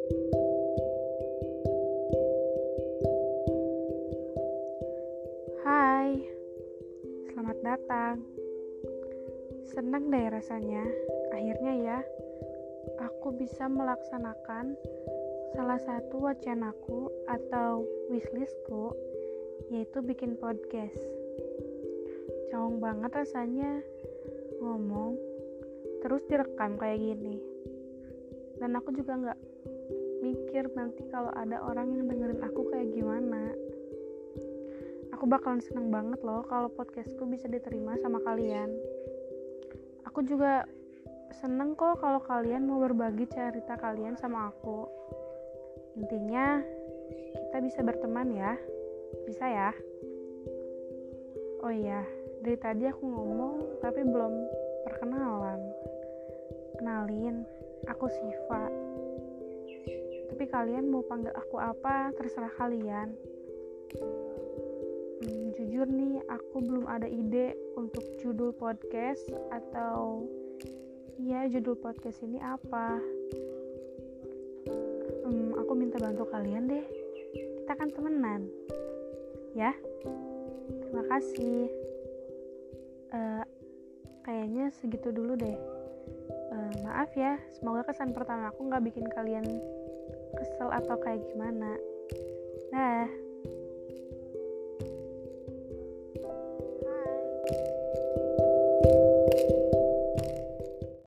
Hai, selamat datang. Senang deh rasanya, akhirnya ya, aku bisa melaksanakan salah satu wacanaku atau wishlistku, yaitu bikin podcast. Cawang banget rasanya ngomong, terus direkam kayak gini. Dan aku juga gak mikir nanti kalau ada orang yang dengerin aku kayak gimana. Aku bakalan seneng banget loh kalau podcastku bisa diterima sama kalian. Aku juga seneng kok kalau kalian mau berbagi cerita kalian sama aku. Intinya kita bisa berteman ya. Bisa ya? Oh iya, dari tadi aku ngomong tapi belum perkenalan. Kenalin, aku Siva. Tapi kalian mau panggil aku apa terserah kalian. Jujur nih, aku belum ada ide untuk judul podcast atau ya judul podcast ini apa. Aku minta bantu kalian deh. Kita kan temenan, ya. Terima kasih. Kayaknya segitu dulu deh. Maaf ya, semoga kesan pertama aku nggak bikin kalian kesel atau kayak gimana. Dah.